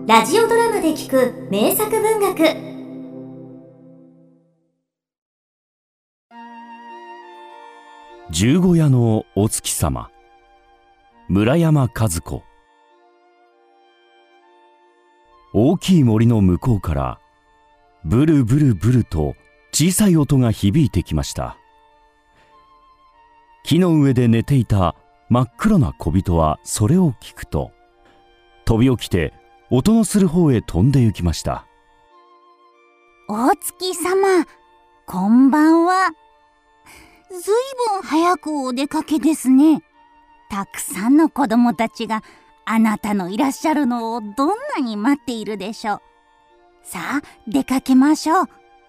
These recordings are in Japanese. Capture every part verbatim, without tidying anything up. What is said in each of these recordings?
ラジオドラマで聞く名作文学。 十五夜のお月様、村山和子。大きい森の向こうからブルブルブルと小さい音が響いてきました。木の上で寝ていた真っ黒な小人はそれを聞くと飛び起きて音のする方へ飛んで行きました。 お月様、こんばんは。ずいぶん早くお出かけですね。たくさんの子供たちがあなたのいらっしゃるのをどんなに待っているでしょう。さあ、出かけましょう。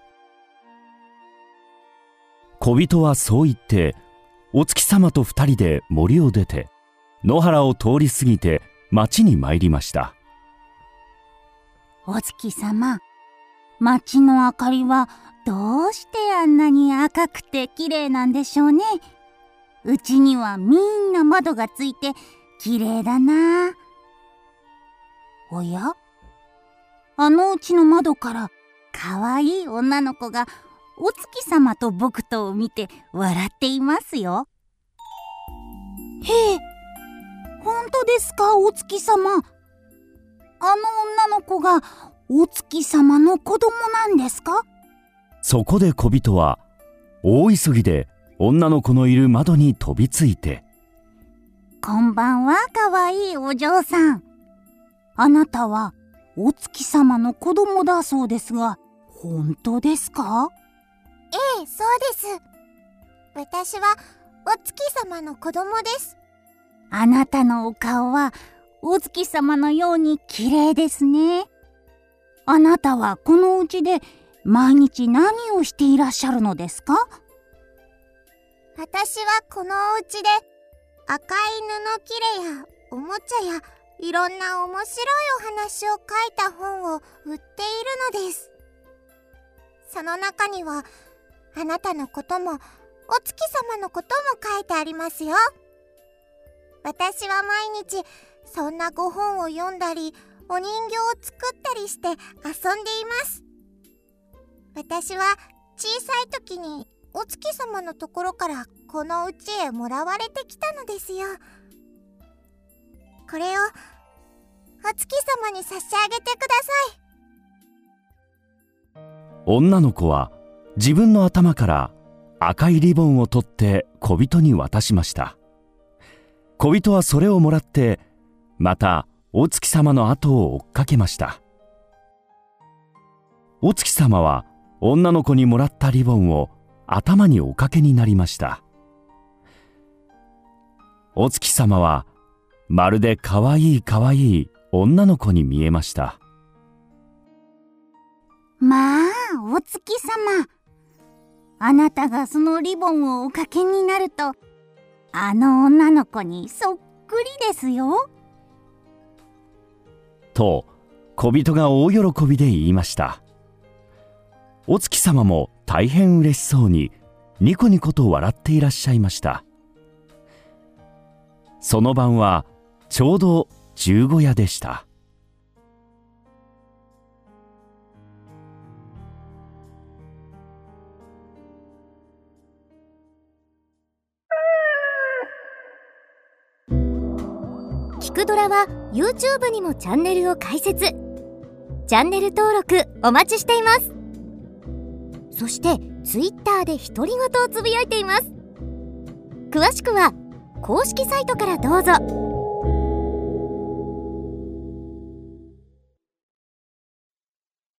小人はそう言ってお月様と二人で森を出て野原を通り過ぎて町に参りました。 お月様、町の明かりはどうしてあんなに赤くて綺麗なんでしょうね。うちにはみんな窓がついて綺麗だな。おや、あのうちの窓からかわいい女の子がお月様と僕とを見て笑っていますよ。へえ、本当ですか、お月様。あの女の子がお月様の子供なんですか？ そこで小人は大急ぎで女の子のいる窓に飛びついて、 こんばんは、かわいいお嬢さん。あなたはお月様の子供だそうですが、本当ですか？ ええ、そうです。私はお月様の子供です。 あなたのお顔はお月様のように綺麗ですね。あなたはこのうちで毎日何をしていらっしゃるのですか？ 私はこのお家で赤い布切れやおもちゃやいろんな面白いお話を書いた本を売っているのです。その中にはあなたのこともお月様のことも書いてありますよ。私は毎日そんなご本を読んだりお人形を作ったりして遊んでいます。私は小さい時にお月様のところからこの家へもらわれてきたのですよ。これをお月様に差し上げてください。 女の子は自分の頭から赤いリボンを取って小人に渡しました。小人はそれをもらってまたお月様の後を追っかけました。お月様は女の子にもらったリボンを頭におかけになりました。お月様はまるでかわいいかわいい女の子に見えました。 まあ、お月様、あなたがそのリボンをおかけになるとあの女の子にそっくりですよ。 と小人が大喜びで言いました。お月様も大変嬉しそうにニコニコと笑っていらっしゃいました。その晩はちょうど十五夜でした。 聞くドラは YouTube にもチャンネルを開設。チャンネル登録お待ちしています。そして Twitter で独り言をつぶやいています。詳しくは公式サイトからどうぞ。